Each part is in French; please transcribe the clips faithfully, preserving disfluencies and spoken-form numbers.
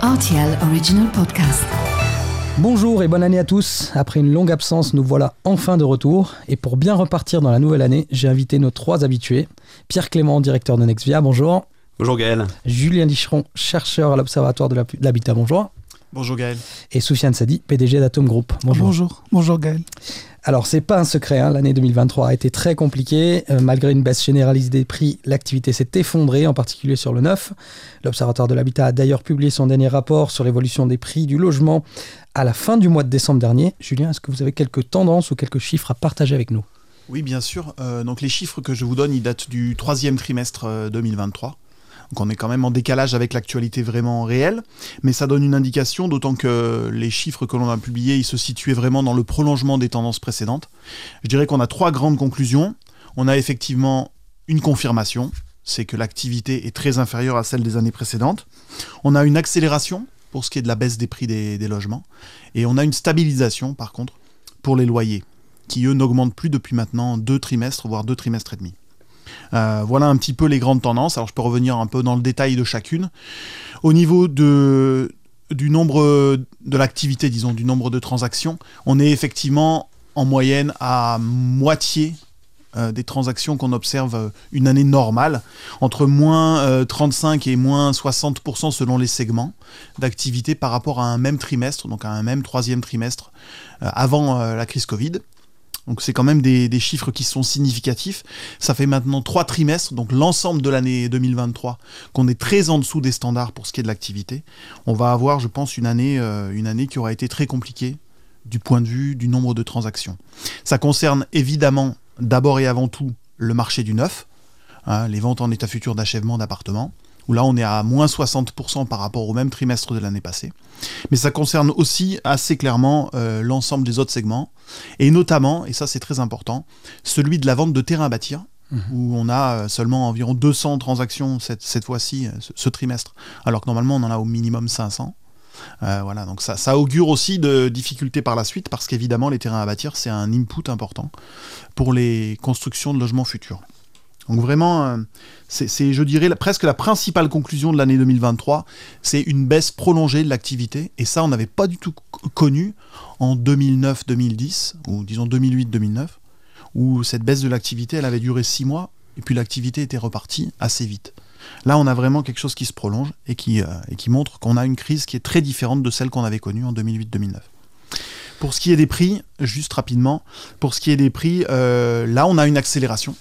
R T L Original Podcast. Bonjour et bonne année à tous. Après une longue absence, nous voilà enfin de retour. Et pour bien repartir dans la nouvelle année, j'ai invité nos trois habitués. Pierre Clément, directeur de Nexvia, bonjour. Bonjour Gaël. Julien Licheron, chercheur à l'Observatoire de l'Habitat, bonjour. Bonjour Gaël. Et Soufiane Sadi, P D G d'Atome Group, bonjour. Bonjour, bonjour Gaël. Alors, c'est pas un secret, hein, l'année deux mille vingt-trois a été très compliquée. Euh, malgré une baisse généralisée des prix, l'activité s'est effondrée, en particulier sur le neuf. L'Observatoire de l'Habitat a d'ailleurs publié son dernier rapport sur l'évolution des prix du logement à la fin du mois de décembre dernier. Julien, est-ce que vous avez quelques tendances ou quelques chiffres à partager avec nous ? Oui, bien sûr. Euh, donc les chiffres que je vous donne, ils datent du troisième trimestre euh, deux mille vingt-trois. Donc on est quand même en décalage avec l'actualité vraiment réelle, mais ça donne une indication, d'autant que les chiffres que l'on a publiés, ils se situaient vraiment dans le prolongement des tendances précédentes. Je dirais qu'on a trois grandes conclusions. On a effectivement une confirmation, c'est que l'activité est très inférieure à celle des années précédentes. On a une accélération pour ce qui est de la baisse des prix des, des logements, et on a une stabilisation par contre pour les loyers, qui eux n'augmentent plus depuis maintenant deux trimestres, voire deux trimestres et demi. Euh, voilà un petit peu les grandes tendances. Alors je peux revenir un peu dans le détail de chacune. Au niveau de, du nombre de l'activité, disons, du nombre de transactions, on est effectivement en moyenne à moitié euh, des transactions qu'on observe une année normale, entre moins euh, trente-cinq et moins soixante pour cent selon les segments d'activité par rapport à un même trimestre, donc à un même troisième trimestre euh, avant euh, la crise Covid. Donc c'est quand même des, des chiffres qui sont significatifs. Ça fait maintenant trois trimestres, donc l'ensemble de l'année deux mille vingt-trois, qu'on est très en dessous des standards pour ce qui est de l'activité. On va avoir, je pense, une année, euh, une année qui aura été très compliquée du point de vue du nombre de transactions. Ça concerne évidemment, d'abord et avant tout, le marché du neuf, hein, les ventes en état futur d'achèvement d'appartements, où là on est à moins soixante pour cent par rapport au même trimestre de l'année passée. Mais ça concerne aussi assez clairement euh, l'ensemble des autres segments, et notamment, et ça c'est très important, celui de la vente de terrains à bâtir, mmh. où on a seulement environ deux cents transactions cette, cette fois-ci, ce, ce trimestre, alors que normalement on en a au minimum cinq cents. Euh, voilà, donc ça, ça augure aussi de difficultés par la suite, parce qu'évidemment les terrains à bâtir c'est un input important pour les constructions de logements futurs. Donc vraiment, c'est, c'est, je dirais, presque la principale conclusion de l'année deux mille vingt-trois, c'est une baisse prolongée de l'activité, et ça on n'avait pas du tout connu en deux mille neuf deux mille dix, ou disons deux mille huit deux mille neuf, où cette baisse de l'activité, elle avait duré six mois, et puis l'activité était repartie assez vite. Là on a vraiment quelque chose qui se prolonge, et qui, euh, et qui montre qu'on a une crise qui est très différente de celle qu'on avait connue en deux mille huit deux mille neuf. Pour ce qui est des prix, juste rapidement, pour ce qui est des prix, euh, là on a une accélération.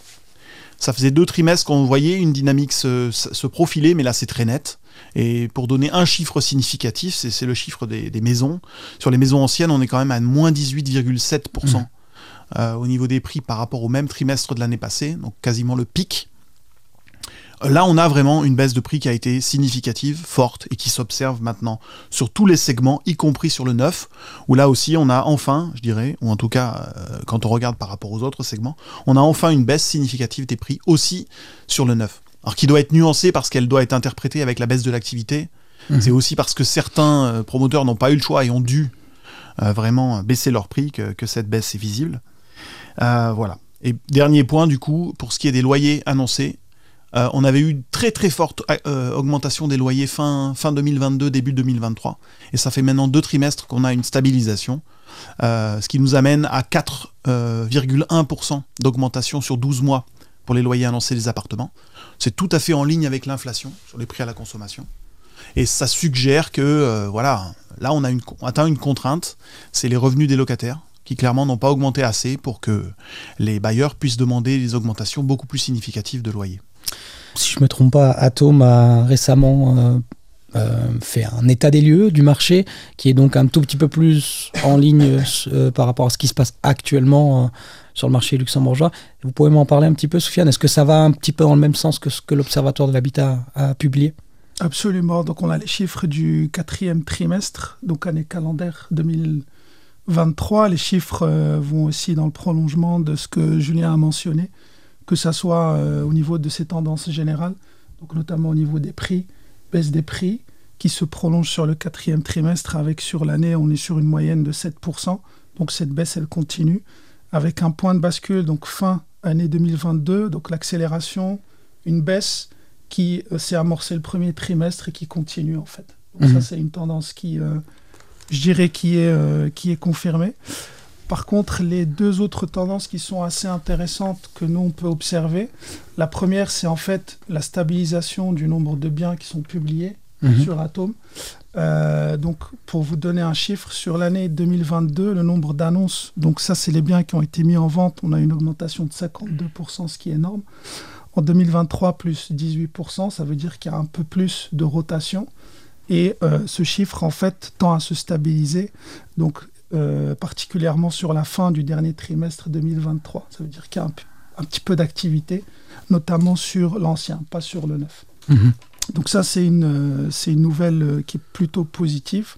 Ça faisait deux trimestres qu'on voyait une dynamique se, se profiler, mais là c'est très net. Et pour donner un chiffre significatif, c'est, c'est le chiffre des, des maisons. Sur les maisons anciennes, on est quand même à moins dix-huit virgule sept pour cent mmh. euh, au niveau des prix par rapport au même trimestre de l'année passée, donc quasiment le pic. Là, on a vraiment une baisse de prix qui a été significative, forte, et qui s'observe maintenant sur tous les segments, y compris sur le neuf, où là aussi, on a enfin, je dirais, ou en tout cas, euh, quand on regarde par rapport aux autres segments, on a enfin une baisse significative des prix aussi sur le neuf. Alors, qui doit être nuancée parce qu'elle doit être interprétée avec la baisse de l'activité. Mmh. C'est aussi parce que certains euh, promoteurs n'ont pas eu le choix et ont dû euh, vraiment baisser leur prix que, que cette baisse est visible. Euh, voilà. Et dernier point, du coup, pour ce qui est des loyers annoncés, Euh, on avait eu une très très forte euh, augmentation des loyers fin, fin deux mille vingt-deux, début deux mille vingt-trois, et ça fait maintenant deux trimestres qu'on a une stabilisation, euh, ce qui nous amène à quatre virgule un pour cent d'augmentation sur douze mois pour les loyers annoncés des appartements. C'est tout à fait en ligne avec l'inflation sur les prix à la consommation, et ça suggère que euh, voilà, là on a une, on atteint une contrainte, c'est les revenus des locataires, qui clairement n'ont pas augmenté assez pour que les bailleurs puissent demander des augmentations beaucoup plus significatives de loyers. Si je ne me trompe pas, Atome a récemment euh, euh, fait un état des lieux du marché qui est donc un tout petit peu plus en ligne euh, par rapport à ce qui se passe actuellement euh, sur le marché luxembourgeois. Vous pouvez m'en parler un petit peu, Soufiane ? Est-ce que ça va un petit peu dans le même sens que ce que l'Observatoire de l'Habitat a publié ? Absolument. Donc on a les chiffres du quatrième trimestre, donc année calendaire deux mille vingt-trois. Les chiffres euh, vont aussi dans le prolongement de ce que Julien a mentionné, que ça soit euh, au niveau de ces tendances générales, donc notamment au niveau des prix, baisse des prix, qui se prolonge sur le quatrième trimestre, avec sur l'année, on est sur une moyenne de sept pour cent, donc cette baisse, elle continue, avec un point de bascule, donc fin année deux mille vingt-deux, donc l'accélération, une baisse qui euh, s'est amorcée le premier trimestre et qui continue en fait. Donc Mmh. ça, c'est une tendance qui, euh, je dirais, qui est, euh, qui est confirmée. Par contre, les deux autres tendances qui sont assez intéressantes que nous, on peut observer, la première, c'est en fait la stabilisation du nombre de biens qui sont publiés Mhm. sur Atom. Euh, donc, pour vous donner un chiffre, sur l'année deux mille vingt-deux, le nombre d'annonces, donc ça, c'est les biens qui ont été mis en vente, on a une augmentation de cinquante-deux pour cent, ce qui est énorme. En deux mille vingt-trois, plus dix-huit pour cent, ça veut dire qu'il y a un peu plus de rotation. Et euh, ce chiffre, en fait, tend à se stabiliser, donc euh, particulièrement sur la fin du dernier trimestre deux mille vingt-trois. Ça veut dire qu'il y a un, p- un petit peu d'activité, notamment sur l'ancien, pas sur le neuf. Mhm. Donc ça, c'est une, euh, c'est une nouvelle euh, qui est plutôt positive.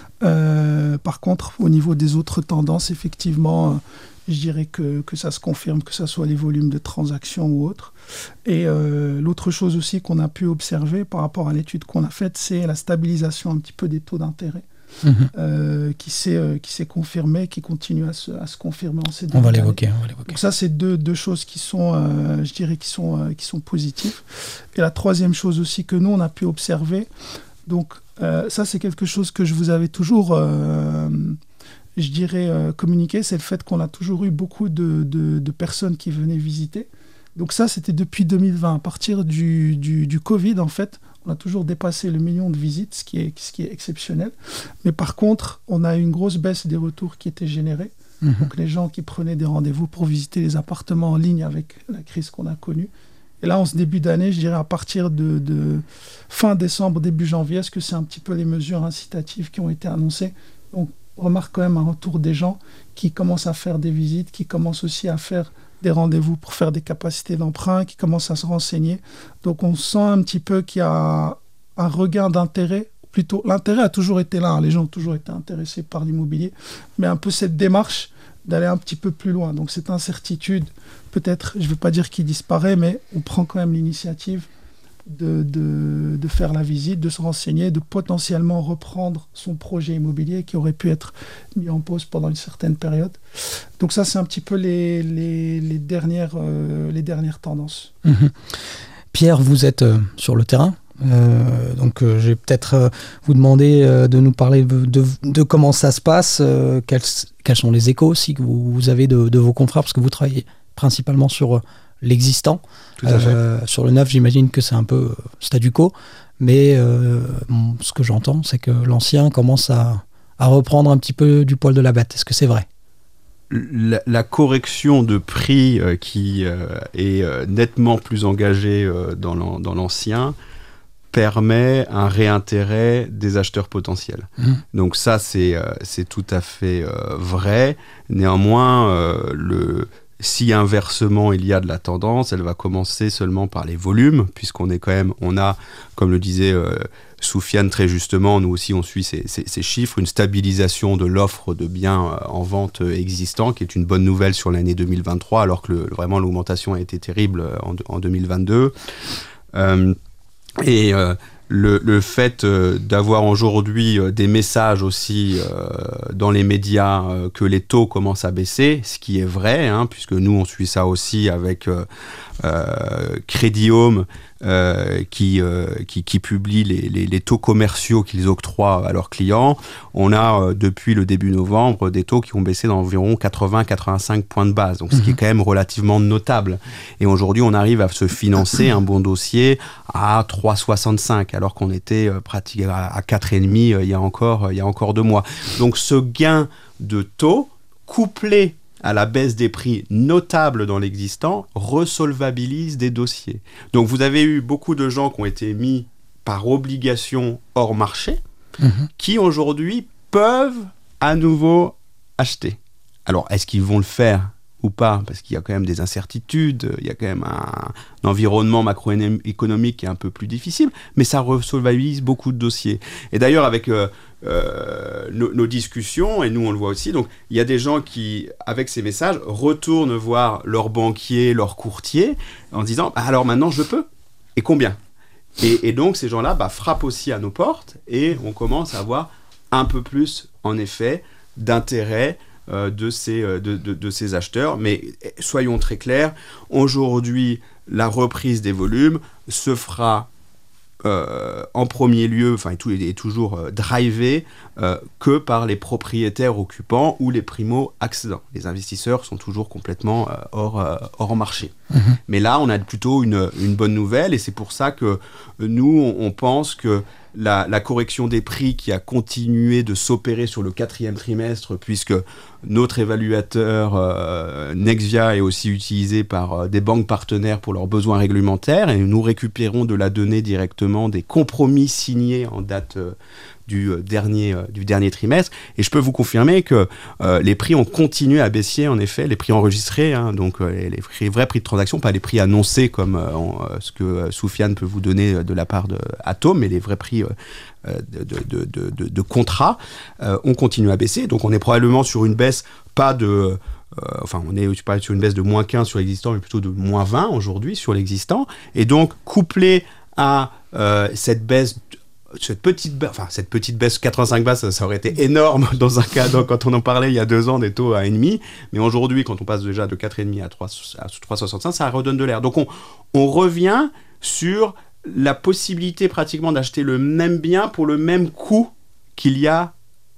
Euh, par contre, au niveau des autres tendances, effectivement, euh, je dirais que, que ça se confirme, que ce soit les volumes de transactions ou autres. Et euh, l'autre chose aussi qu'on a pu observer par rapport à l'étude qu'on a faite, c'est la stabilisation un petit peu des taux d'intérêt Mhm. euh, qui s'est euh, qui s'est confirmée, qui continue à se, à se confirmer en ces On va dernières années. l'évoquer. On va l'évoquer. Donc ça, c'est deux, deux choses qui sont, euh, je dirais, qui sont, euh, qui sont positives. Et la troisième chose aussi que nous, on a pu observer, donc euh, ça, c'est quelque chose que je vous avais toujours, euh, je dirais, euh, communiqué, c'est le fait qu'on a toujours eu beaucoup de, de, de personnes qui venaient visiter. Donc ça, c'était depuis deux mille vingt. À partir du, du, du Covid, en fait, on a toujours dépassé le million de visites, ce qui est, ce qui est exceptionnel. Mais par contre, on a eu une grosse baisse des retours qui étaient générés. Mhm. Donc les gens qui prenaient des rendez-vous pour visiter les appartements en ligne avec la crise qu'on a connue. Et là, en ce début d'année, je dirais à partir de, de fin décembre, début janvier, est-ce que c'est un petit peu les mesures incitatives qui ont été annoncées? Donc on remarque quand même un retour des gens qui commencent à faire des visites, qui commencent aussi à faire des rendez-vous pour faire des capacités d'emprunt, qui commencent à se renseigner. Donc on sent un petit peu qu'il y a un regain d'intérêt. Plutôt, l'intérêt a toujours été là, hein. Les gens ont toujours été intéressés par l'immobilier, mais un peu cette démarche d'aller un petit peu plus loin. Donc cette incertitude, peut-être, je ne veux pas dire qu'il disparaît, mais on prend quand même l'initiative de, de, de faire la visite, de se renseigner, de potentiellement reprendre son projet immobilier qui aurait pu être mis en pause pendant une certaine période. Donc ça, c'est un petit peu les, les, les, dernières, euh, les dernières tendances. Mhm. Pierre, vous êtes euh, sur le terrain. Euh, donc euh, je vais peut-être euh, vous demander euh, de nous parler de, de, de comment ça se passe, euh, quels, quels sont les échos aussi que vous, vous avez de, de vos confrères, parce que vous travaillez principalement sur euh, l'existant. Tout à fait. Euh, sur le neuf, j'imagine que c'est un peu euh, statu quo, mais euh, bon, ce que j'entends, c'est que l'ancien commence à, à reprendre un petit peu du poil de la bête. Est-ce que c'est vrai ? La, la correction de prix euh, qui euh, est euh, nettement plus engagée euh, dans, l'an, dans l'ancien permet un réintérêt des acheteurs potentiels. Mmh. Donc ça, c'est, euh, c'est tout à fait euh, vrai. Néanmoins, euh, le, si inversement il y a de la tendance, elle va commencer seulement par les volumes, puisqu'on est quand même, on a, comme le disait euh, Soufiane très justement, nous aussi on suit ces, ces, ces chiffres, une stabilisation de l'offre de biens euh, en vente euh, existants, qui est une bonne nouvelle sur l'année deux mille vingt-trois, alors que le, vraiment l'augmentation a été terrible euh, en, en deux mille vingt-deux. Euh, Et euh, le, le fait euh, d'avoir aujourd'hui euh, des messages aussi euh, dans les médias euh, que les taux commencent à baisser, ce qui est vrai, hein, puisque nous on suit ça aussi avec euh, euh, Crédit Home euh, qui, euh, qui, qui publie les, les, les taux commerciaux qu'ils octroient à leurs clients. On a euh, depuis le début novembre des taux qui ont baissé d'environ quatre-vingts à quatre-vingt-cinq points de base, donc ce qui est quand même relativement notable. Et aujourd'hui on arrive à se financer un bon dossier à trois virgule soixante-cinq alors qu'on était euh, pratiquement à quatre virgule cinq euh, il y a encore euh, il y a encore deux mois. Donc ce gain de taux couplé à la baisse des prix notable dans l'existant resolvabilise des dossiers. Donc vous avez eu beaucoup de gens qui ont été mis par obligation hors marché, mmh. qui aujourd'hui peuvent à nouveau acheter. Alors est-ce qu'ils vont le faire ou pas, parce qu'il y a quand même des incertitudes, il y a quand même un, un environnement macroéconomique qui est un peu plus difficile, mais ça resolvabilise beaucoup de dossiers. Et d'ailleurs, avec euh, euh, nos, nos discussions, et nous on le voit aussi, donc il y a des gens qui, avec ces messages, retournent voir leur banquier, leur courtier, en disant bah, « alors maintenant je peux, et combien ?» et, et donc ces gens-là bah, frappent aussi à nos portes, et on commence à avoir un peu plus, en effet, d'intérêt De ces, de, de, de ces acheteurs. Mais soyons très clairs, aujourd'hui, la reprise des volumes se fera euh, en premier lieu, enfin, est, est toujours euh, drivé euh, que par les propriétaires occupants ou les primo-accédants. Les investisseurs sont toujours complètement euh, hors, euh, hors marché. Mmh. Mais là, on a plutôt une, une bonne nouvelle, et c'est pour ça que nous, on, on pense que La, la correction des prix qui a continué de s'opérer sur le quatrième trimestre, puisque notre évaluateur euh, Nexvia est aussi utilisé par euh, des banques partenaires pour leurs besoins réglementaires, et nous récupérons de la donnée directement des compromis signés en date euh, du, euh, dernier, euh, du dernier trimestre. Et je peux vous confirmer que euh, les prix ont continué à baisser, en effet, les prix enregistrés, hein, donc euh, les, les vrais prix de transaction, pas les prix annoncés comme euh, en, euh, ce que euh, Soufiane peut vous donner euh, de la part d'Atom, mais les vrais prix euh, de, de, de, de, de contrats euh, ont continué à baisser. Donc on est probablement sur une baisse, pas de... Euh, enfin, on est pas sur une baisse de moins quinze sur l'existant, mais plutôt de moins vingt aujourd'hui sur l'existant. Et donc, couplé à euh, cette baisse... Cette petite, ba- enfin, cette petite baisse quatre-vingt-cinq bases, ça, ça aurait été énorme dans un cas, donc, quand on en parlait il y a deux ans des taux à un virgule cinq. Mais aujourd'hui, quand on passe déjà de quatre virgule cinq à trois virgule soixante-cinq, ça redonne de l'air. Donc on, on revient sur la possibilité pratiquement d'acheter le même bien pour le même coût qu'il y a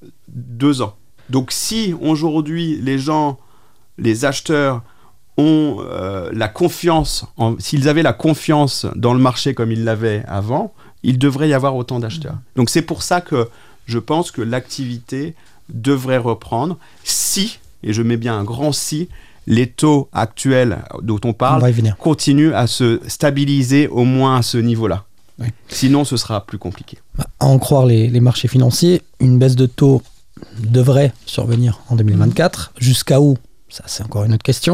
deux ans. Donc si aujourd'hui les gens, les acheteurs ont euh, la confiance, en, s'ils avaient la confiance dans le marché comme ils l'avaient avant, il devrait y avoir autant d'acheteurs. Donc c'est pour ça que je pense que l'activité devrait reprendre si, et je mets bien un grand si, les taux actuels dont on parle on continuent à se stabiliser au moins à ce niveau-là. Oui. Sinon, ce sera plus compliqué. À en croire les, les marchés financiers, une baisse de taux devrait survenir en deux mille vingt-quatre. Mmh. Jusqu'à où ? Ça, c'est encore une autre question.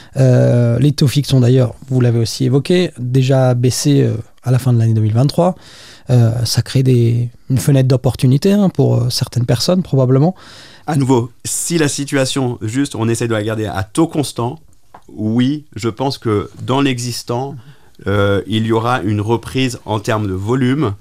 Euh, les taux fixes ont d'ailleurs, vous l'avez aussi évoqué, déjà baissé euh, à la fin de l'année deux mille vingt-trois. Euh, ça crée des, une fenêtre d'opportunité hein, pour euh, certaines personnes, probablement. À nouveau, si la situation, juste, on essaie de la garder à taux constant, oui, je pense que dans l'existant, euh, il y aura une reprise en termes de volume.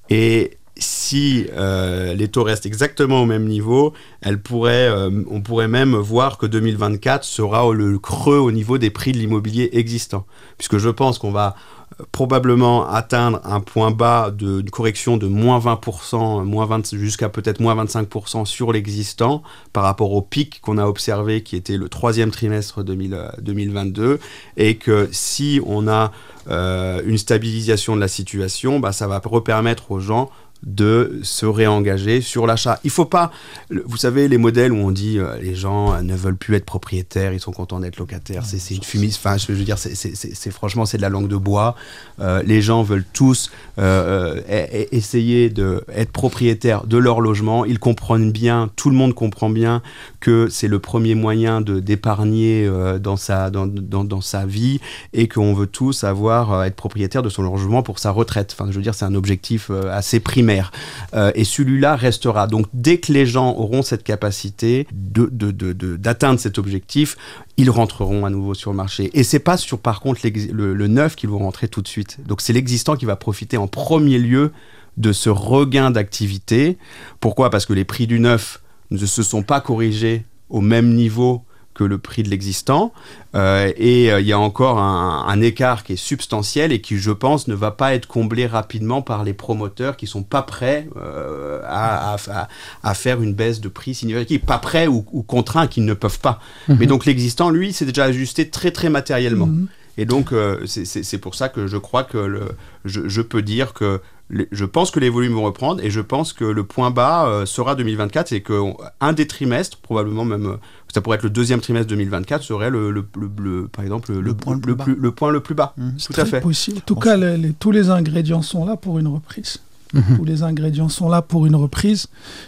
Et si euh, les taux restent exactement au même niveau, elle pourrait, euh, on pourrait même voir que deux mille vingt-quatre sera le creux au niveau des prix de l'immobilier existant. Puisque je pense qu'on va probablement atteindre un point bas de, de correction de moins vingt pour cent, moins vingt, jusqu'à peut-être moins vingt-cinq pour cent sur l'existant par rapport au pic qu'on a observé qui était le troisième trimestre deux mille vingt-deux, et que si on a euh, une stabilisation de la situation, bah, ça va repermettre aux gens de se réengager sur l'achat. Il faut pas, vous savez, les modèles où on dit euh, les gens euh, ne veulent plus être propriétaires, ils sont contents d'être locataires, c'est, c'est une fumée, enfin je veux dire, c'est, c'est, c'est, c'est franchement c'est de la langue de bois. Euh, les gens veulent tous euh, euh, essayer d'être propriétaires de leur logement. Ils comprennent bien, tout le monde comprend bien que c'est le premier moyen de d'épargner euh, dans sa dans, dans dans sa vie, et qu'on veut tous avoir euh, être propriétaire de son logement pour sa retraite. Enfin, je veux dire, c'est un objectif euh, assez primaire. Euh, et celui-là restera. Donc, dès que les gens auront cette capacité de, de, de, de, d'atteindre cet objectif, ils rentreront à nouveau sur le marché. Et c'est pas sur, par contre, le, le neuf qu'ils vont rentrer tout de suite. Donc, c'est l'existant qui va profiter en premier lieu de ce regain d'activité. Pourquoi ? Parce que les prix du neuf ne se sont pas corrigés au même niveau que le prix de l'existant, euh, et il euh, y a encore un, un écart qui est substantiel et qui, je pense, ne va pas être comblé rapidement par les promoteurs qui sont pas prêts euh, à, à, à faire une baisse de prix significative, pas prêts ou, ou contraints, qu'ils ne peuvent pas. Mmh. Mais donc l'existant, lui, c'est déjà ajusté très très matériellement. Mmh. Et donc euh, c'est, c'est, c'est pour ça que je crois que le, je, je peux dire que je pense que les volumes vont reprendre, et je pense que le point bas euh, sera deux mille vingt-quatre, et qu'un des trimestres, probablement même, ça pourrait être le deuxième trimestre deux mille vingt-quatre, serait le, le, le, le par exemple le, le, point, le, plus le, plus, le point le plus bas. Mmh. Tout C'est à fait. Possible. En tout cas, les, les, tous les ingrédients sont là pour une reprise. Mmh. Tous les ingrédients sont là pour une reprise.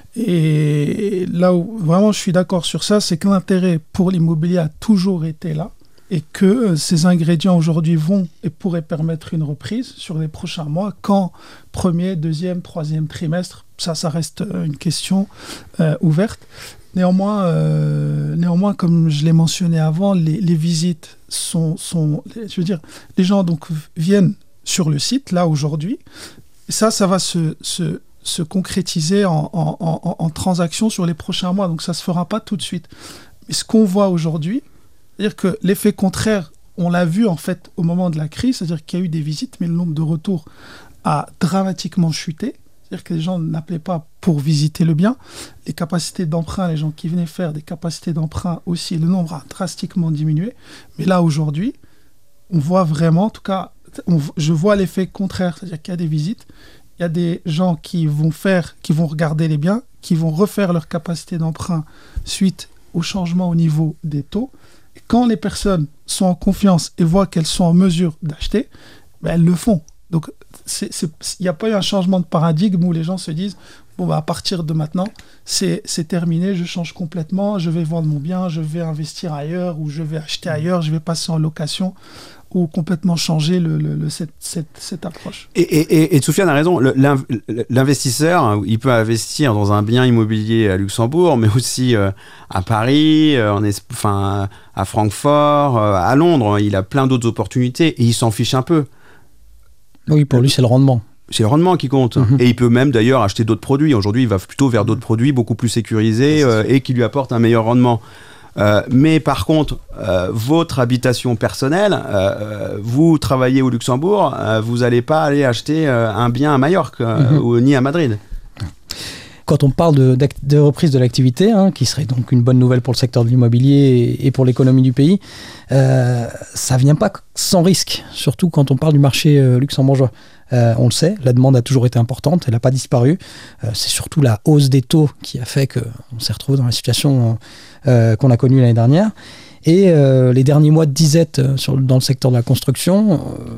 Et là où vraiment je suis d'accord sur ça, c'est que l'intérêt pour l'immobilier a toujours été là, et que euh, ces ingrédients aujourd'hui vont et pourraient permettre une reprise sur les prochains mois. Quand premier, deuxième, troisième trimestre, ça, ça reste une question euh, ouverte. Néanmoins, euh, néanmoins, comme je l'ai mentionné avant, les, les visites sont, sont, je veux dire, les gens donc viennent sur le site là aujourd'hui. Et ça, ça va se, se, se concrétiser en, en, en, en transactions sur les prochains mois. Donc ça se fera pas tout de suite. Mais ce qu'on voit aujourd'hui, c'est-à-dire que l'effet contraire, on l'a vu en fait au moment de la crise, c'est-à-dire qu'il y a eu des visites, mais le nombre de retours a dramatiquement chuté. C'est-à-dire que les gens n'appelaient pas pour visiter le bien. Les capacités d'emprunt, les gens qui venaient faire des capacités d'emprunt aussi, le nombre a drastiquement diminué. Mais là, aujourd'hui, on voit vraiment, en tout cas, on, je vois l'effet contraire. C'est-à-dire qu'il y a des visites, il y a des gens qui vont faire, qui vont regarder les biens, qui vont refaire leur capacité d'emprunt suite au changement au niveau des taux. Et quand les personnes sont en confiance et voient qu'elles sont en mesure d'acheter, ben elles le font. Donc, il n'y a pas eu un changement de paradigme où les gens se disent bon, bah, à partir de maintenant, c'est, c'est terminé, je change complètement, je vais vendre mon bien, je vais investir ailleurs ou je vais acheter ailleurs, je vais passer en location ou complètement changer le, le, le, cette, cette, cette approche. Et, et, et Soufiane a raison, le, l'investisseur, il peut investir dans un bien immobilier à Luxembourg, mais aussi euh, à Paris, euh, en es- enfin, à Francfort, euh, à Londres. Il a plein d'autres opportunités et il s'en fiche un peu. Oui, pour lui, c'est le rendement. C'est le rendement qui compte. Mmh. Et il peut même d'ailleurs acheter d'autres produits. Aujourd'hui, il va plutôt vers d'autres produits beaucoup plus sécurisés euh, et qui lui apportent un meilleur rendement. Euh, mais par contre, euh, votre habitation personnelle, euh, vous travaillez au Luxembourg, euh, vous n'allez pas aller acheter euh, un bien à Majorque euh, mmh. ou ni à Madrid. Quand on parle de, de reprise de l'activité, hein, qui serait donc une bonne nouvelle pour le secteur de l'immobilier et, et pour l'économie du pays, euh, ça ne vient pas sans risque, surtout quand on parle du marché euh, luxembourgeois. Euh, on le sait, la demande a toujours été importante, elle n'a pas disparu. Euh, c'est surtout la hausse des taux qui a fait qu'on s'est retrouvé dans la situation euh, qu'on a connue l'année dernière. Et euh, les derniers mois de disette sur, dans le secteur de la construction euh,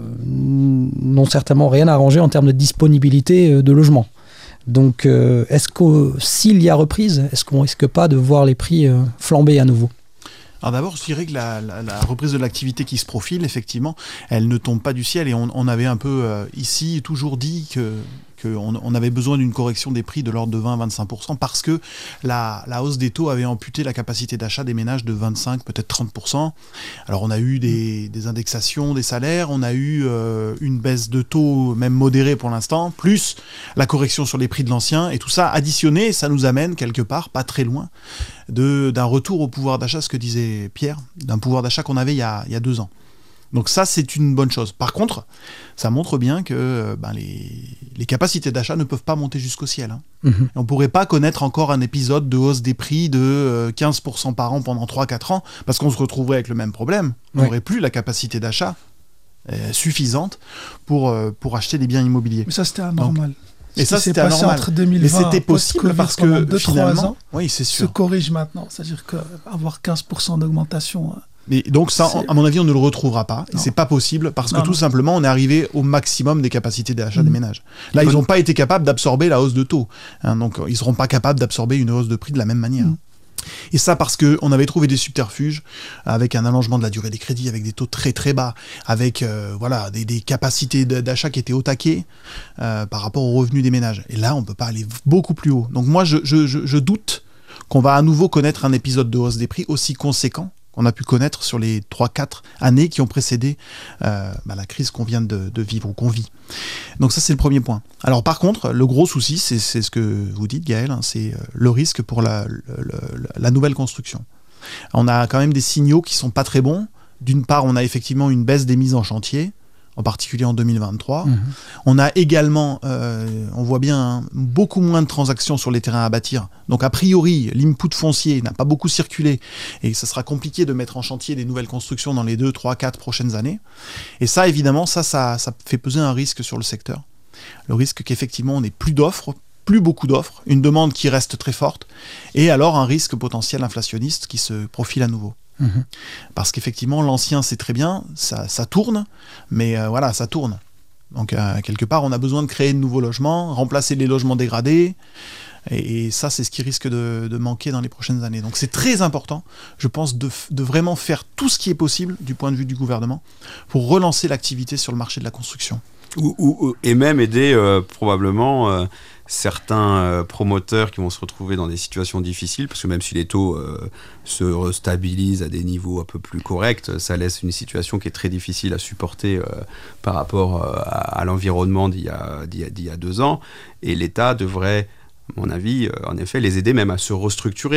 n'ont certainement rien arrangé en termes de disponibilité de logements. Donc, euh, est-ce que s'il y a reprise, est-ce qu'on risque pas de voir les prix euh, flamber à nouveau ? Alors d'abord, je dirais que la, la, la reprise de l'activité qui se profile, effectivement, elle ne tombe pas du ciel. Et on, on avait un peu euh, ici toujours dit que qu'on on avait besoin d'une correction des prix de l'ordre de vingt à vingt-cinq pour cent parce que la, la hausse des taux avait amputé la capacité d'achat des ménages de vingt-cinq, peut-être trente pour cent. Alors on a eu des, des indexations des salaires, on a eu euh, une baisse de taux même modérée pour l'instant, plus la correction sur les prix de l'ancien, et tout ça additionné, ça nous amène quelque part, pas très loin, de, d'un retour au pouvoir d'achat, ce que disait Pierre, d'un pouvoir d'achat qu'on avait il y a, il y a deux ans. Donc ça, c'est une bonne chose. Par contre, ça montre bien que ben, les, les capacités d'achat ne peuvent pas monter jusqu'au ciel. Hein. Mmh. On ne pourrait pas connaître encore un épisode de hausse des prix de quinze pour cent par an pendant trois à quatre ans, parce qu'on se retrouverait avec le même problème. On n'aurait ouais. plus la capacité d'achat euh, suffisante pour, euh, pour acheter des biens immobiliers. Mais ça, c'était anormal. Donc, et ça, c'était anormal. Entre deux mille vingt, mais c'était possible parce que deux, finalement, ans, oui, c'est sûr. se corrige maintenant. C'est-à-dire qu'avoir quinze pour cent d'augmentation... Mais donc ça, c'est... à mon avis, on ne le retrouvera pas. Et c'est pas possible parce non, que tout non. simplement, on est arrivé au maximum des capacités d'achat mmh. des ménages. Là, ils n'ont pas été capables d'absorber la hausse de taux. Hein, donc, ils ne seront pas capables d'absorber une hausse de prix de la même manière. Mmh. Et ça parce qu'on avait trouvé des subterfuges avec un allongement de la durée des crédits, avec des taux très très bas, avec euh, voilà, des, des capacités d'achat qui étaient au taquet euh, par rapport aux revenus des ménages. Et là, on ne peut pas aller beaucoup plus haut. Donc moi, je, je, je, je doute qu'on va à nouveau connaître un épisode de hausse des prix aussi conséquent qu'on a pu connaître sur les trois quatre années qui ont précédé euh, bah, la crise qu'on vient de, de vivre ou qu'on vit. Donc ça, c'est le premier point. Alors par contre, le gros souci, c'est, c'est ce que vous dites, Gaël, hein, c'est le risque pour la, le, le, la nouvelle construction. On a quand même des signaux qui sont pas très bons. D'une part, on a effectivement une baisse des mises en chantier, en particulier en deux mille vingt-trois. Mmh. On a également, euh, on voit bien, hein, beaucoup moins de transactions sur les terrains à bâtir. Donc a priori, l'input foncier n'a pas beaucoup circulé et ça sera compliqué de mettre en chantier des nouvelles constructions dans les deux, trois, quatre prochaines années. Et ça, évidemment, ça, ça, ça fait peser un risque sur le secteur. Le risque qu'effectivement, on n'ait plus d'offres, plus beaucoup d'offres, une demande qui reste très forte, et alors un risque potentiel inflationniste qui se profile à nouveau. Mmh. Parce qu'effectivement, l'ancien, c'est très bien, ça, ça tourne, mais euh, voilà, ça tourne. Donc, euh, quelque part, on a besoin de créer de nouveaux logements, remplacer les logements dégradés, et, et ça, c'est ce qui risque de, de manquer dans les prochaines années. Donc, c'est très important, je pense, de, de vraiment faire tout ce qui est possible, du point de vue du gouvernement, pour relancer l'activité sur le marché de la construction. Ou, ou, et même aider euh, probablement euh, certains euh, promoteurs qui vont se retrouver dans des situations difficiles, parce que même si les taux euh, se restabilisent à des niveaux un peu plus corrects, ça laisse une situation qui est très difficile à supporter euh, par rapport euh, à, à l'environnement d'il y a, d'il y a, d'il y a deux ans. Et l'État devrait, à mon avis, euh, en effet, les aider même à se restructurer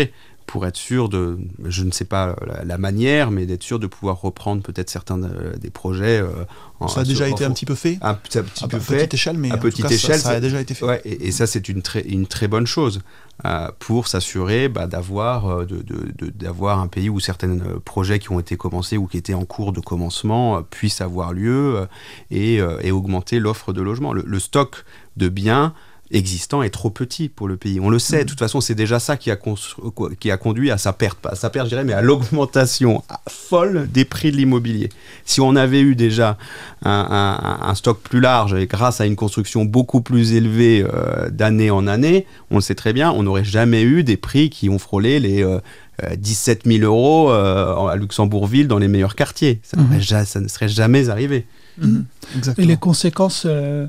pour être sûr de, je ne sais pas la, la manière, mais d'être sûr de pouvoir reprendre peut-être certains euh, des projets. Euh, en, ça a déjà en, été en, un petit peu fait un, un petit à, peu à fait. petite échelle, mais à en petite tout cas, échelle, ça, ça a déjà été fait. Ouais, et, et ça, c'est une très, une très bonne chose euh, pour s'assurer bah, d'avoir, de, de, de, d'avoir un pays où certains projets qui ont été commencés ou qui étaient en cours de commencement euh, puissent avoir lieu euh, et, euh, et augmenter l'offre de logement. Le, le stock de biens existant est trop petit pour le pays. On le sait, mmh. de toute façon, c'est déjà ça qui a, constru- qui a conduit à sa perte, pas à sa perte, je dirais, mais à l'augmentation folle des prix de l'immobilier. Si on avait eu déjà un, un, un stock plus large et grâce à une construction beaucoup plus élevée euh, d'année en année, on le sait très bien, on n'aurait jamais eu des prix qui ont frôlé les euh, dix-sept mille euros euh, à Luxembourgville dans les meilleurs quartiers. Ça, mmh. ja- ça ne serait jamais arrivé. Mmh. Exactement. Et les conséquences euh,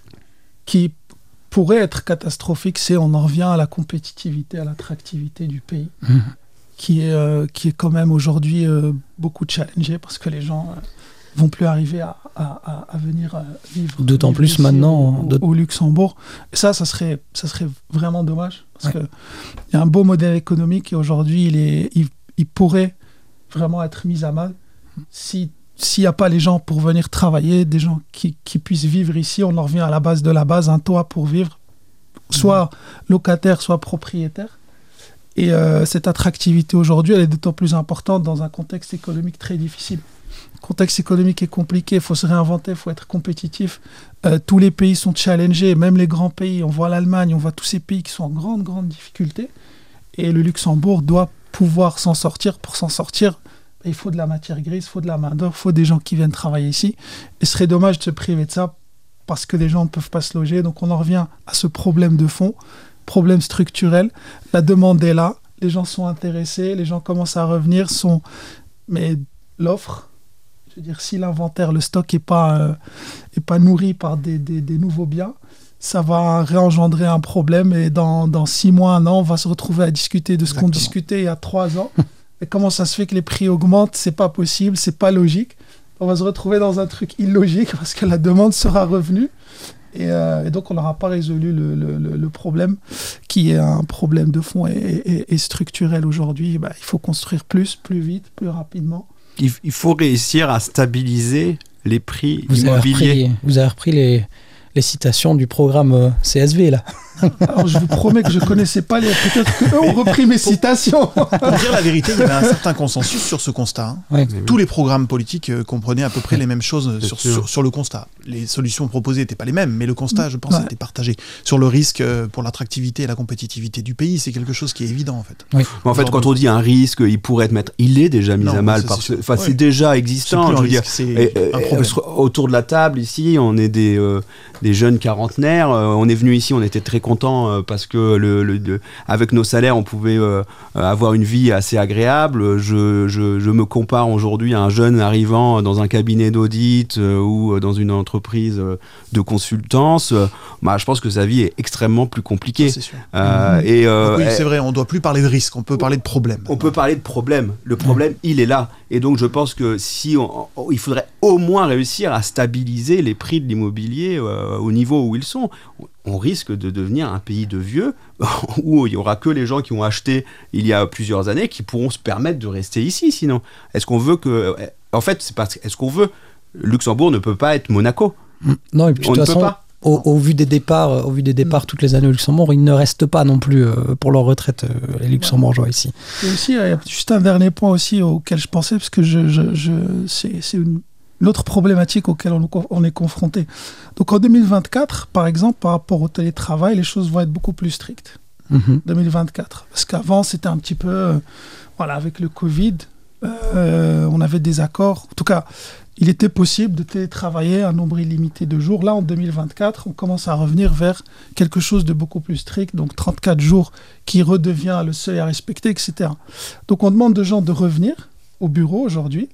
qui pourrait être catastrophique, c'est on en revient à la compétitivité, à l'attractivité du pays, mmh. qui, est, euh, qui est quand même aujourd'hui euh, beaucoup challengé parce que les gens euh, vont plus arriver à, à, à venir euh, vivre. D'autant vivre plus maintenant au, au, au Luxembourg. Et ça, ça serait, ça serait vraiment dommage parce ouais. qu'il y a un beau modèle économique et aujourd'hui, il, est, il, il pourrait vraiment être mis à mal si s'il n'y a pas les gens pour venir travailler, des gens qui, qui puissent vivre ici, on en revient à la base de la base, un toit pour vivre, soit locataire, soit propriétaire. Et euh, cette attractivité aujourd'hui, elle est d'autant plus importante dans un contexte économique très difficile. Le contexte économique est compliqué, il faut se réinventer, il faut être compétitif. Euh, tous les pays sont challengés, même les grands pays. On voit l'Allemagne, on voit tous ces pays qui sont en grande, grande difficulté. Et le Luxembourg doit pouvoir s'en sortir. Pour s'en sortir, il faut de la matière grise, il faut de la main-d'œuvre, il faut des gens qui viennent travailler ici. Et ce serait dommage de se priver de ça parce que les gens ne peuvent pas se loger. Donc on en revient à ce problème de fond, problème structurel. La demande est là, les gens sont intéressés, les gens commencent à revenir. Sont... Mais l'offre, je veux dire, si l'inventaire, le stock n'est pas, euh, est pas nourri par des, des, des nouveaux biens, ça va réengendrer un problème. Et dans, dans six mois, un an, on va se retrouver à discuter de ce Exactement. qu'on discutait il y a trois ans. Et comment ça se fait que les prix augmentent? C'est pas possible, c'est pas logique. On va se retrouver dans un truc illogique parce que la demande sera revenue. Et, euh, et donc, on n'aura pas résolu le, le, le problème qui est un problème de fond et, et, et structurel aujourd'hui. Bah, il faut construire plus, plus vite, plus rapidement. Il, il faut réussir à stabiliser les prix vous immobiliers. Avez repris, vous avez repris les, les citations du programme euh, C S V, là. Alors, je vous promets que je ne connaissais pas les... Peut-être qu'eux ont repris mes citations. Pour dire la vérité, il y avait un certain consensus sur ce constat. Hein. Ouais. Tous les programmes politiques euh, comprenaient à peu près les mêmes choses sur, sur, sur le constat. Les solutions proposées n'étaient pas les mêmes, mais le constat, je pense, ouais. était partagé. Sur le risque euh, pour l'attractivité et la compétitivité du pays, c'est quelque chose qui est évident, en fait. Oui. En fait, quand on dit un risque, il pourrait être mettre... Il est déjà mis non, à mal. C'est, parce... enfin, ouais. c'est déjà existant. C'est, je veux dire. c'est et, un et, problème. Autour de la table, ici, on est des, euh, des jeunes quarantenaires. Euh, on est venus ici, on était très contents euh, parce que le, le, le, avec nos salaires, on pouvait euh, avoir une vie assez agréable. Je, je, je me compare aujourd'hui à un jeune arrivant dans un cabinet d'audit euh, ou dans une entreprise euh, de consultance. Euh, bah, je pense que sa vie est extrêmement plus compliquée. Ça, c'est sûr. Euh, mmh. et, euh, oui, et, c'est vrai, on ne doit plus parler de risque, on peut parler de problème. On peut parler de problème. Le problème, mmh. il est là. Et donc, je pense que si on, on, il faudrait au moins réussir à stabiliser les prix de l'immobilier euh, au niveau où ils sont. On risque de devenir un pays de vieux où il n'y aura que les gens qui ont acheté il y a plusieurs années qui pourront se permettre de rester ici. Sinon, est-ce qu'on veut que... En fait, c'est parce est-ce qu'on veut... Luxembourg ne peut pas être Monaco. Non, et puis de toute façon, au, au vu des départs, au vu des départs toutes les années au Luxembourg, ils ne restent pas non plus euh, pour leur retraite, euh, les Luxembourgeois ici. Et aussi, il y a juste un dernier point aussi auquel je pensais, parce que je, je, je, c'est, c'est une... l'autre problématique auquel on, on est confronté. Donc en deux mille vingt-quatre, par exemple, par rapport au télétravail, les choses vont être beaucoup plus strictes. Mm-hmm. deux mille vingt-quatre. Parce qu'avant, c'était un petit peu... Euh, voilà, avec le Covid, euh, on avait des accords. En tout cas, il était possible de télétravailler un nombre illimité de jours. Là, en deux mille vingt-quatre, on commence à revenir vers quelque chose de beaucoup plus strict. Donc trente-quatre jours qui redevient le seuil à respecter, et cetera. Donc on demande aux gens de revenir au bureau aujourd'hui.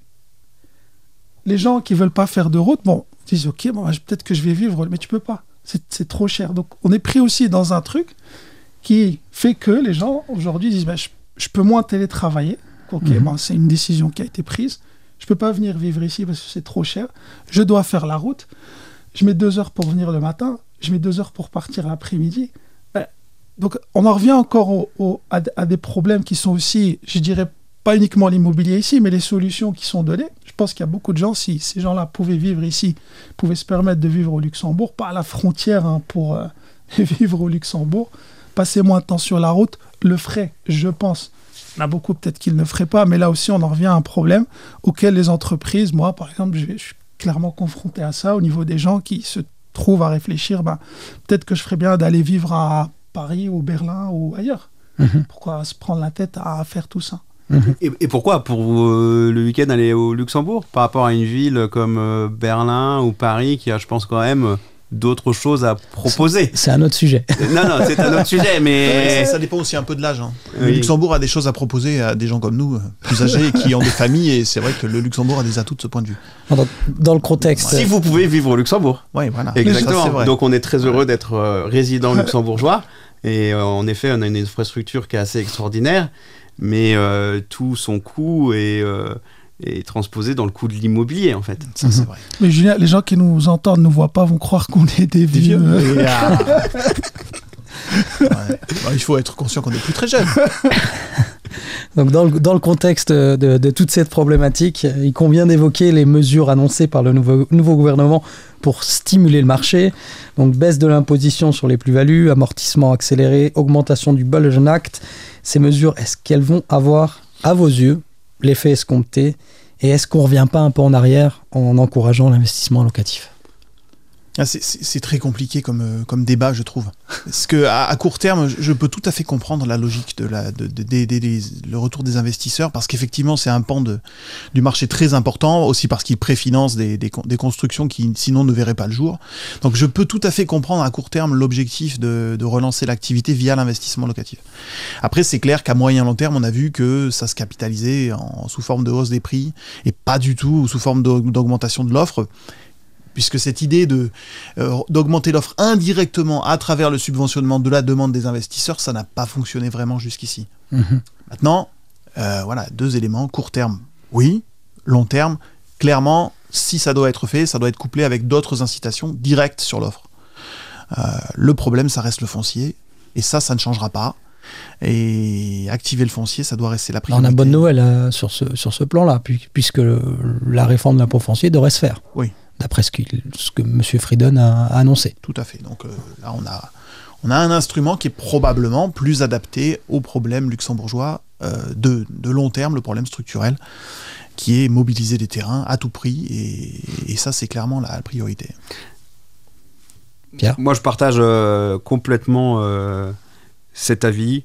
Les gens qui ne veulent pas faire de route, bon, disent ok, bon, peut-être que je vais vivre, mais tu peux pas, c'est, c'est trop cher. Donc on est pris aussi dans un truc qui fait que les gens aujourd'hui disent bah, je, je peux moins télétravailler. Ok, mmh. bon, c'est une décision qui a été prise. Je ne peux pas venir vivre ici parce que c'est trop cher. Je dois faire la route. Je mets deux heures pour venir le matin, je mets deux heures pour partir l'après-midi. Ben, Donc, on en revient encore au, au, à, à des problèmes qui sont aussi, je dirais, pas uniquement l'immobilier ici, mais les solutions qui sont données. Je pense qu'il y a beaucoup de gens, si ces gens-là pouvaient vivre ici, pouvaient se permettre de vivre au Luxembourg, pas à la frontière hein, pour euh, vivre au Luxembourg, passer moins de temps sur la route, le ferait, je pense. Il y en a beaucoup peut-être qui ne le feraient pas, mais là aussi, on en revient à un problème auquel les entreprises, moi, par exemple, je, vais, je suis clairement confronté à ça au niveau des gens qui se trouvent à réfléchir, ben, peut-être que je ferais bien d'aller vivre à Paris ou Berlin ou ailleurs. Mmh. Pourquoi se prendre la tête à faire tout ça? Mmh. Et, et pourquoi pour euh, le week-end aller au Luxembourg par rapport à une ville comme euh, Berlin ou Paris qui a, je pense, quand même d'autres choses à proposer? C'est un autre sujet. Non, non, c'est un autre sujet, mais... Ça, ça dépend aussi un peu de l'âge. Hein. Oui. Le Luxembourg a des choses à proposer à des gens comme nous, plus âgés, qui ont des familles, et c'est vrai que le Luxembourg a des atouts de ce point de vue. Dans, dans le contexte... Si vous pouvez vivre au Luxembourg. Oui, voilà. Exactement. Ça, donc on est très heureux d'être euh, résident luxembourgeois, et euh, en effet, on a une infrastructure qui est assez extraordinaire, mais euh, tout son coût est... Euh, et transposé dans le coût de l'immobilier, en fait. Ça, c'est vrai. Mais Julien, les gens qui nous entendent, ne nous voient pas, vont croire qu'on est des vieux. Et, ah. ouais. Bah, il faut être conscient qu'on est plus très jeune. Donc dans le, dans le contexte de, de toute cette problématique, il convient d'évoquer les mesures annoncées par le nouveau, nouveau gouvernement pour stimuler le marché. Donc baisse de l'imposition sur les plus-values, amortissement accéléré, augmentation du Bulge Act. Ces mesures, est-ce qu'elles vont avoir, à vos yeux, l'effet escompté, et est-ce qu'on ne revient pas un peu en arrière en encourageant l'investissement locatif? Ah, c'est, c'est, c'est très compliqué comme, euh, comme débat, je trouve. Parce qu'à à court terme, je, je peux tout à fait comprendre la logique de, la, de, de, de, de, de le retour des investisseurs, parce qu'effectivement, c'est un pan de, du marché très important, aussi parce qu'il préfinance des, des, des constructions qui, sinon, ne verraient pas le jour. Donc, je peux tout à fait comprendre à court terme l'objectif de, de relancer l'activité via l'investissement locatif. Après, c'est clair qu'à moyen long terme, on a vu que ça se capitalisait en, sous forme de hausse des prix, et pas du tout sous forme d'augmentation de l'offre, puisque cette idée de, euh, d'augmenter l'offre indirectement à travers le subventionnement de la demande des investisseurs, ça n'a pas fonctionné vraiment jusqu'ici. Mmh. Maintenant, euh, voilà, deux éléments. Court terme, oui. Long terme, clairement, si ça doit être fait, ça doit être couplé avec d'autres incitations directes sur l'offre. Euh, le problème, ça reste le foncier, et ça, ça ne changera pas. Et activer le foncier, ça doit rester la priorité. On a bonne nouvelle euh, sur ce, sur ce plan-là, puisque le, la réforme de l'impôt foncier devrait se faire. Oui. D'après ce, ce que M. Frieden a, a annoncé. Tout à fait. Donc euh, là, on a, on a un instrument qui est probablement plus adapté aux problèmes luxembourgeois euh, de, de long terme, le problème structurel, qui est mobiliser des terrains à tout prix. Et, et ça, c'est clairement la, la priorité. Pierre ? Moi, je partage euh, complètement euh, cet avis.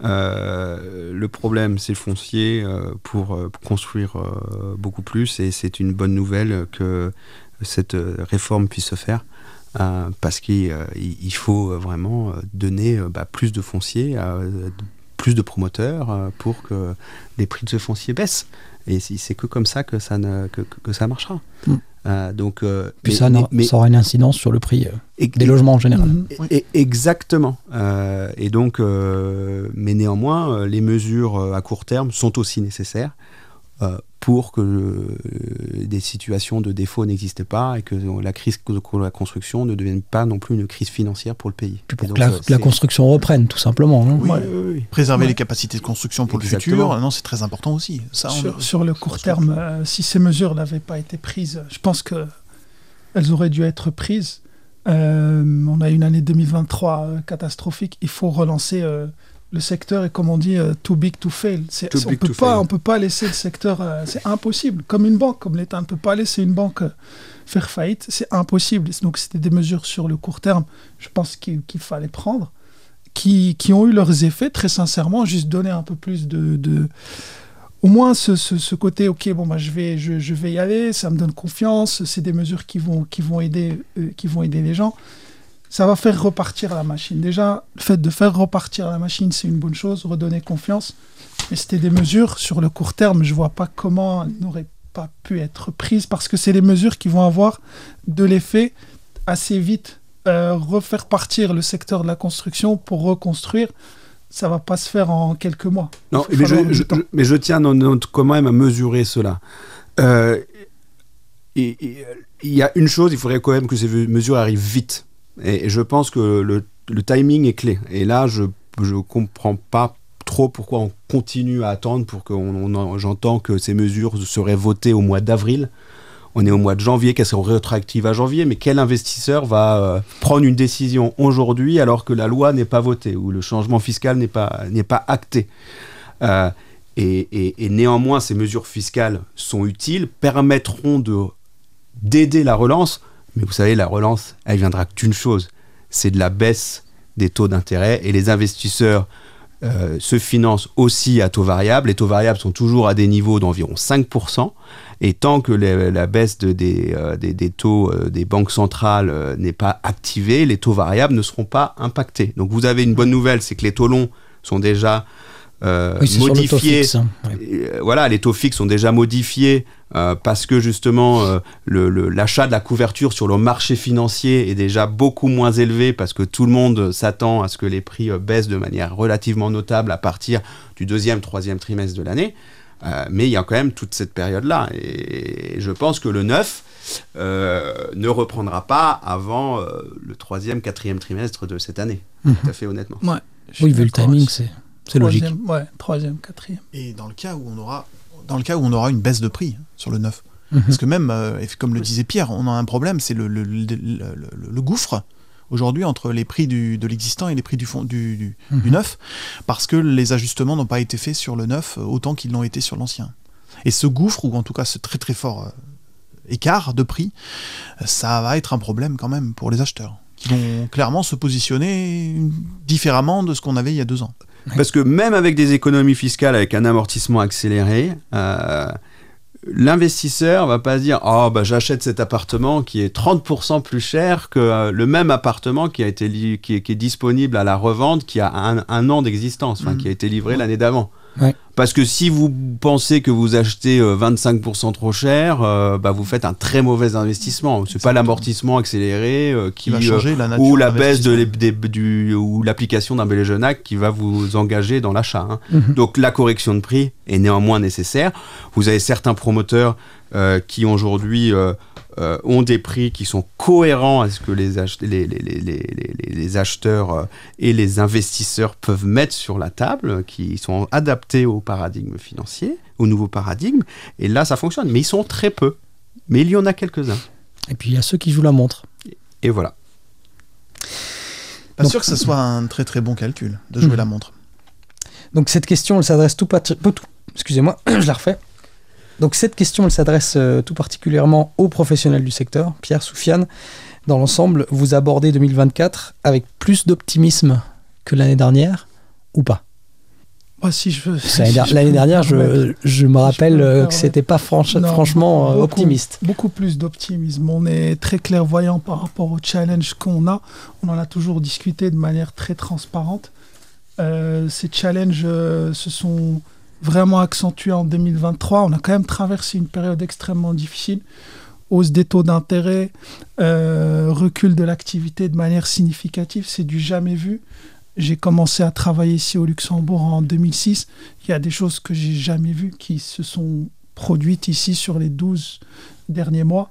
Euh, le problème, c'est le foncier euh, pour, euh, pour construire euh, beaucoup plus. Et c'est une bonne nouvelle que cette réforme puisse se faire euh, parce qu'il euh, il faut vraiment donner euh, bah, plus de foncier, euh, plus de promoteurs euh, pour que les prix de ce foncier baissent. Et c'est que comme ça que ça, ne, que, que ça marchera. Mmh. Euh, donc, euh, Puis mais, ça, mais, mais, ça aura une incidence sur le prix euh, et, des logements en général. Mmh, et, et, exactement. Euh, et donc, euh, mais néanmoins, les mesures à court terme sont aussi nécessaires euh, pour que euh, des situations de défaut n'existent pas et que la crise de la construction ne devienne pas non plus une crise financière pour le pays. Puis pour donc, que la, euh, la construction reprenne, tout simplement. Hein. Oui, ouais. oui, oui. Préserver ouais. les capacités de construction pour Exactement. le futur, non, c'est très important aussi. Ça, sur, on... sur le court terme, euh, si ces mesures n'avaient pas été prises, je pense qu'elles auraient dû être prises. Euh, on a une année deux mille vingt-trois euh, catastrophique. Il faut relancer euh, le secteur est, comme on dit, uh, too big to fail. C'est, too on peut pas, on peut pas laisser le secteur, euh, c'est impossible. Comme une banque, comme l'État ne peut pas laisser une banque euh, faire faillite, c'est impossible. Donc c'était des mesures sur le court terme, je pense qu'il, qu'il fallait prendre, qui, qui ont eu leurs effets, très sincèrement, juste donner un peu plus de... de au moins ce, ce, ce côté, ok, bon, bah, je, vais, je, je vais y aller, ça me donne confiance, c'est des mesures qui vont, qui vont, aider, euh, qui vont aider les gens. Ça va faire repartir la machine. Déjà, le fait de faire repartir la machine, c'est une bonne chose, redonner confiance. Mais c'était des mesures sur le court terme. Je ne vois pas comment elles n'auraient pas pu être prises parce que c'est des mesures qui vont avoir de l'effet assez vite. Euh, refaire partir le secteur de la construction pour reconstruire, ça ne va pas se faire en quelques mois. Non, mais je, je, je, mais je tiens non, non, quand même à mesurer cela. Euh, et, et, il y a une chose, il faudrait quand même que ces mesures arrivent vite. Et je pense que le, le timing est clé. Et là, je je comprends pas trop pourquoi on continue à attendre pour que on, on, j'entends que ces mesures seraient votées au mois d'avril. On est au mois de janvier, qu'elles seront rétroactives à janvier, mais quel investisseur va euh, prendre une décision aujourd'hui alors que la loi n'est pas votée ou le changement fiscal n'est pas, n'est pas acté euh, et, et, et néanmoins, ces mesures fiscales sont utiles, permettront de, d'aider la relance, mais vous savez, la relance, elle viendra d'une chose, c'est de la baisse des taux d'intérêt et les investisseurs Euh, se financent aussi à taux variable. Les taux variables sont toujours à des niveaux d'environ cinq pour cent. Et tant que les, la baisse de, des, euh, des, des taux euh, des banques centrales euh, n'est pas activée, les taux variables ne seront pas impactés. Donc vous avez une bonne nouvelle, c'est que les taux longs sont déjà euh, oui, c'est modifiés. Sur le taux fixe, hein. Ouais. Et, euh, voilà, les taux fixes sont déjà modifiés euh, parce que justement euh, le, le, l'achat de la couverture sur le marché financier est déjà beaucoup moins élevé parce que tout le monde s'attend à ce que les prix euh, baissent de manière relativement notable à partir du deuxième, troisième trimestre de l'année. Euh, mais il y a quand même toute cette période-là. Et, et je pense que le neuf euh, ne reprendra pas avant euh, le troisième, quatrième trimestre de cette année. Mmh. Tout à fait honnêtement. Ouais, oui, vu le timing, c'est, c'est logique. Ouais, troisième, quatrième. Et dans le cas où on aura, dans le cas où on aura une baisse de prix sur le neuf, mmh. parce que même, euh, comme le disait Pierre, on a un problème, c'est le, le, le, le, le, le gouffre aujourd'hui entre les prix du, de l'existant et les prix du, fond, du, du, mmh. du neuf, parce que les ajustements n'ont pas été faits sur le neuf autant qu'ils l'ont été sur l'ancien. Et ce gouffre, ou en tout cas ce très très fort euh, écart de prix, ça va être un problème quand même pour les acheteurs, qui vont clairement se positionner différemment de ce qu'on avait il y a deux ans. Parce que même avec des économies fiscales, avec un amortissement accéléré, euh, l'investisseur va pas se dire « Oh, bah, j'achète cet appartement qui est trente pour cent plus cher que euh, le même appartement qui, a été li- qui, est, qui est disponible à la revente, qui a un, un an d'existence, enfin, mmh. qui a été livré mmh. l'année d'avant. Ouais. » Parce que si vous pensez que vous achetez euh, vingt-cinq pour cent trop cher, euh, bah, vous faites un très mauvais investissement. C'est Exactement. Pas l'amortissement accéléré euh, qui, qui va changer euh, la nature ou la baisse de l'é- des, du, ou l'application d'un Belégenac qui va vous engager dans l'achat. Hein. Mmh. Donc la correction de prix est néanmoins nécessaire. Vous avez certains promoteurs euh, qui aujourd'hui euh, euh, ont des prix qui sont cohérents à ce que les, ach- les, les, les, les, les acheteurs euh, et les investisseurs peuvent mettre sur la table, qui sont adaptés au paradigme financier, au nouveau paradigme, et là ça fonctionne, mais ils sont très peu, mais il y en a quelques-uns. Et puis il y a ceux qui jouent la montre. Et, et voilà. Pas donc, sûr que ce soit un très très bon calcul de jouer mmh. la montre. Donc cette question, elle s'adresse tout, pat- tout excusez-moi, je la refais. Donc cette question, elle s'adresse euh, tout particulièrement aux professionnels du secteur. Pierre, Soufiane, dans l'ensemble, vous abordez deux mille vingt-quatre avec plus d'optimisme que l'année dernière ou pas? Moi, si je veux, si l'année, je l'année dernière, je, je me rappelle je que c'était pas franch, non, franchement beaucoup, optimiste. Beaucoup plus d'optimisme. On est très clairvoyant par rapport au challenge qu'on a. On en a toujours discuté de manière très transparente. Euh, ces challenges euh, se sont vraiment accentués en deux mille vingt-trois. On a quand même traversé une période extrêmement difficile. Hausse des taux d'intérêt, euh, recul de l'activité de manière significative, c'est du jamais vu. J'ai commencé à travailler ici au Luxembourg en deux mille six. Il y a des choses que j'ai jamais vues qui se sont produites ici sur les douze derniers mois.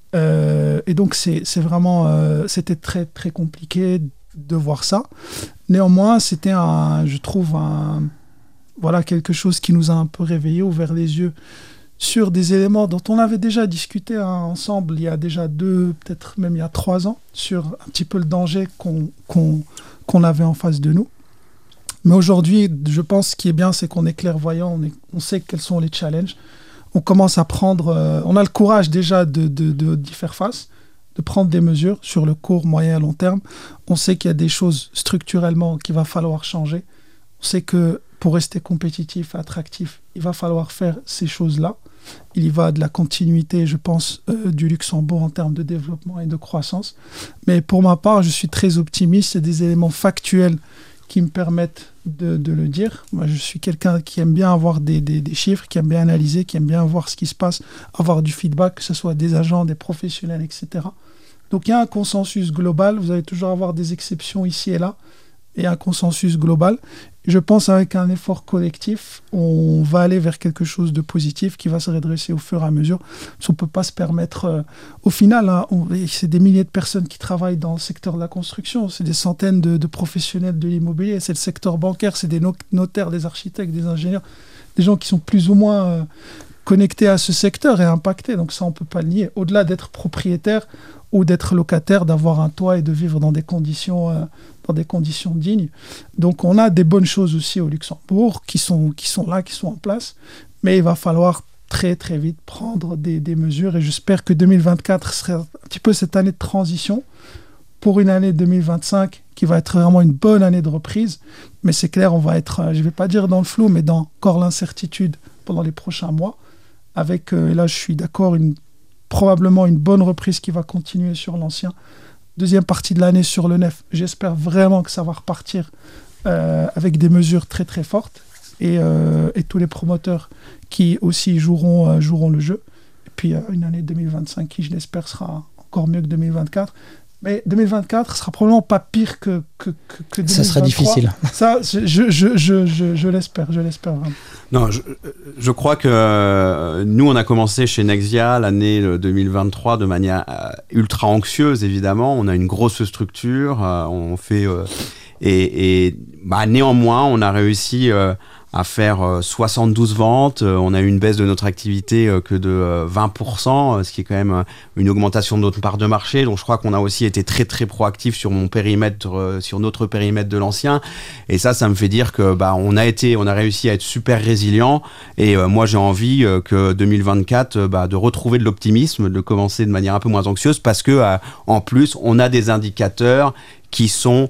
Euh, et donc, c'est, c'est vraiment, euh, c'était très, très compliqué de voir ça. Néanmoins, c'était, un, je trouve, un, voilà, quelque chose qui nous a un peu réveillés, ouvert les yeux sur des éléments dont on avait déjà discuté hein, ensemble il y a déjà deux, peut-être même il y a trois ans, sur un petit peu le danger qu'on, qu'on, qu'on avait en face de nous. Mais aujourd'hui, je pense ce qui est bien, c'est qu'on est clairvoyant, on, est, on sait quels sont les challenges. On commence à prendre, euh, on a le courage déjà de, de, de, d'y faire face, de prendre des mesures sur le court, moyen et long terme. On sait qu'il y a des choses structurellement qu'il va falloir changer. On sait que pour rester compétitif, attractif, il va falloir faire ces choses-là. Il y va de la continuité, je pense, euh, du Luxembourg en termes de développement et de croissance. Mais pour ma part, je suis très optimiste. C'est des éléments factuels qui me permettent de, de le dire. Moi, je suis quelqu'un qui aime bien avoir des, des, des chiffres, qui aime bien analyser, qui aime bien voir ce qui se passe, avoir du feedback, que ce soit des agents, des professionnels, et cetera. Donc il y a un consensus global. Vous allez toujours avoir des exceptions ici et là. et un consensus global. Je pense avec un effort collectif, on va aller vers quelque chose de positif qui va se redresser au fur et à mesure. Parce qu'on ne peut pas se permettre... Euh, au final, hein, on, c'est des milliers de personnes qui travaillent dans le secteur de la construction, c'est des centaines de, de professionnels de l'immobilier, c'est le secteur bancaire, c'est des notaires, des architectes, des ingénieurs, des gens qui sont plus ou moins euh, connectés à ce secteur et impactés. Donc ça, on ne peut pas le nier. Au-delà d'être propriétaire ou d'être locataire, d'avoir un toit et de vivre dans des conditions... Euh, dans des conditions dignes. Donc on a des bonnes choses aussi au Luxembourg qui sont, qui sont là, qui sont en place, mais il va falloir très très vite prendre des, des mesures et j'espère que deux mille vingt-quatre serait un petit peu cette année de transition pour une année deux mille vingt-cinq qui va être vraiment une bonne année de reprise, mais c'est clair, on va être, je ne vais pas dire dans le flou, mais dans encore l'incertitude pendant les prochains mois, avec, euh, et là je suis d'accord, une, probablement une bonne reprise qui va continuer sur l'ancien. Deuxième partie de l'année sur le neuf, j'espère vraiment que ça va repartir euh, avec des mesures très très fortes et, euh, et tous les promoteurs qui aussi joueront, euh, joueront le jeu. Et puis euh, une année deux mille vingt-cinq qui, je l'espère, sera encore mieux que deux mille vingt-quatre. Mais deux mille vingt-quatre sera probablement pas pire que, que, que, que deux mille vingt-trois. Ça sera difficile. Ça, je, je, je, je, je l'espère, je l'espère vraiment. Non, je, je crois que euh, nous, on a commencé chez Nexvia l'année deux mille vingt-trois de manière euh, ultra anxieuse, évidemment. On a une grosse structure, euh, on fait... Euh, et et bah, néanmoins, on a réussi... Euh, à faire euh, soixante-douze ventes. Euh, on a eu une baisse de notre activité euh, que de euh, vingt pour cent, euh, ce qui est quand même euh, une augmentation de notre part de marché. Donc je crois qu'on a aussi été très très proactif sur mon périmètre, euh, sur notre périmètre de l'ancien. Et ça, ça me fait dire que bah on a été, on a réussi à être super résilient. Et euh, moi, j'ai envie euh, que deux mille vingt-quatre, euh, bah, de retrouver de l'optimisme, de commencer de manière un peu moins anxieuse, parce que euh, en plus, on a des indicateurs qui sont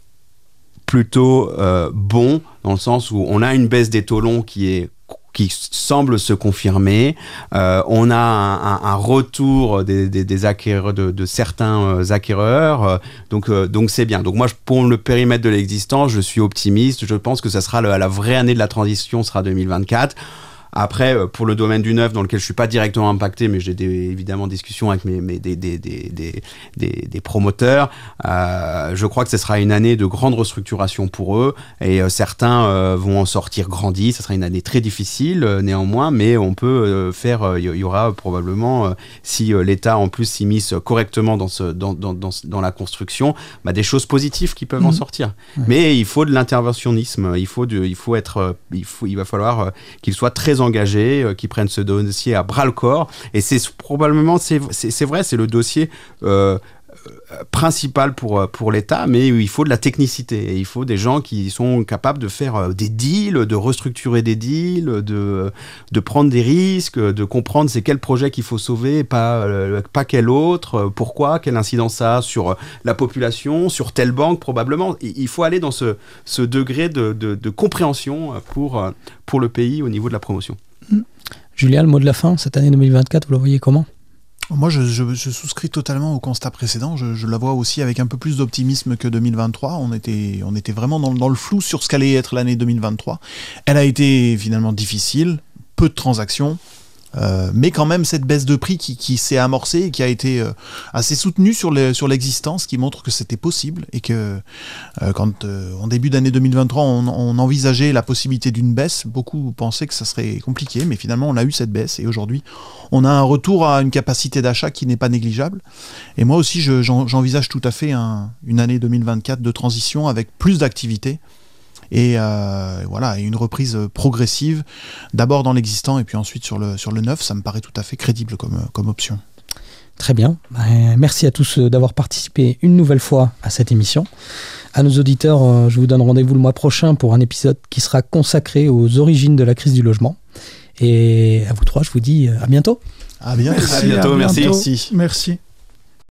plutôt euh, bon, dans le sens où on a une baisse des taux longs qui est qui semble se confirmer. Euh, on a un, un, un retour des, des, des acquéreurs, de, de certains euh, acquéreurs. Euh, donc, euh, donc c'est bien. Donc moi, pour le périmètre de l'existant, je suis optimiste. Je pense que ça sera le, la vraie année de la transition sera deux mille vingt-quatre. Après, pour le domaine du neuf, dans lequel je ne suis pas directement impacté, mais j'ai des, évidemment discussions avec mes, mes, des, des, des, des, des, des promoteurs, euh, je crois que ce sera une année de grande restructuration pour eux, et euh, certains euh, vont en sortir grandis. Ce sera une année très difficile, euh, néanmoins, mais on peut euh, faire, il euh, y, y aura probablement, euh, si euh, l'État en plus s'immisce correctement dans, ce, dans, dans, dans, dans la construction, bah, des choses positives qui peuvent mmh. en sortir. Mmh. Mais il faut de l'interventionnisme, il faut, de, il faut être, il, faut, il va falloir euh, qu'il soit très engagés, euh, qui prennent ce dossier à bras-le-corps. Et c'est probablement, c'est, c'est, c'est vrai, c'est le dossier euh, principal pour, pour l'État, mais il faut de la technicité. Et il faut des gens qui sont capables de faire des deals, de restructurer des deals, de, de prendre des risques, de comprendre c'est quel projet qu'il faut sauver, pas, euh, pas quel autre, pourquoi, quelle incidence ça a sur la population, sur telle banque probablement. Il faut aller dans ce, ce degré de, de, de compréhension pour, pour le pays au niveau de la promotion. Mmh. Julien, le mot de la fin, cette année deux mille vingt-quatre, vous la voyez comment ? Moi, je, je, je souscris totalement au constat précédent. Je, je la vois aussi avec un peu plus d'optimisme que deux mille vingt-trois. On était, on était vraiment dans, dans le flou sur ce qu'allait être l'année deux mille vingt-trois. Elle a été finalement difficile, peu de transactions, euh, mais quand même cette baisse de prix qui, qui s'est amorcée et qui a été euh, assez soutenue sur, le, sur l'existence, qui montre que c'était possible et que euh, quand euh, en début d'année deux mille vingt-trois, on, on envisageait la possibilité d'une baisse, beaucoup pensaient que ça serait compliqué, mais finalement on a eu cette baisse et aujourd'hui on a un retour à une capacité d'achat qui n'est pas négligeable. Et moi aussi, je, j'en, j'envisage tout à fait un, une année deux mille vingt-quatre de transition avec plus d'activité et euh, voilà, et une reprise progressive, d'abord dans l'existant et puis ensuite sur le, sur le neuf. Ça me paraît tout à fait crédible comme, comme option. Très bien. Merci à tous d'avoir participé une nouvelle fois à cette émission. À nos auditeurs, je vous donne rendez-vous le mois prochain pour un épisode qui sera consacré aux origines de la crise du logement. Et à vous trois, je vous dis à bientôt. À bientôt. Merci, à bientôt, à merci. bientôt. Merci. Merci.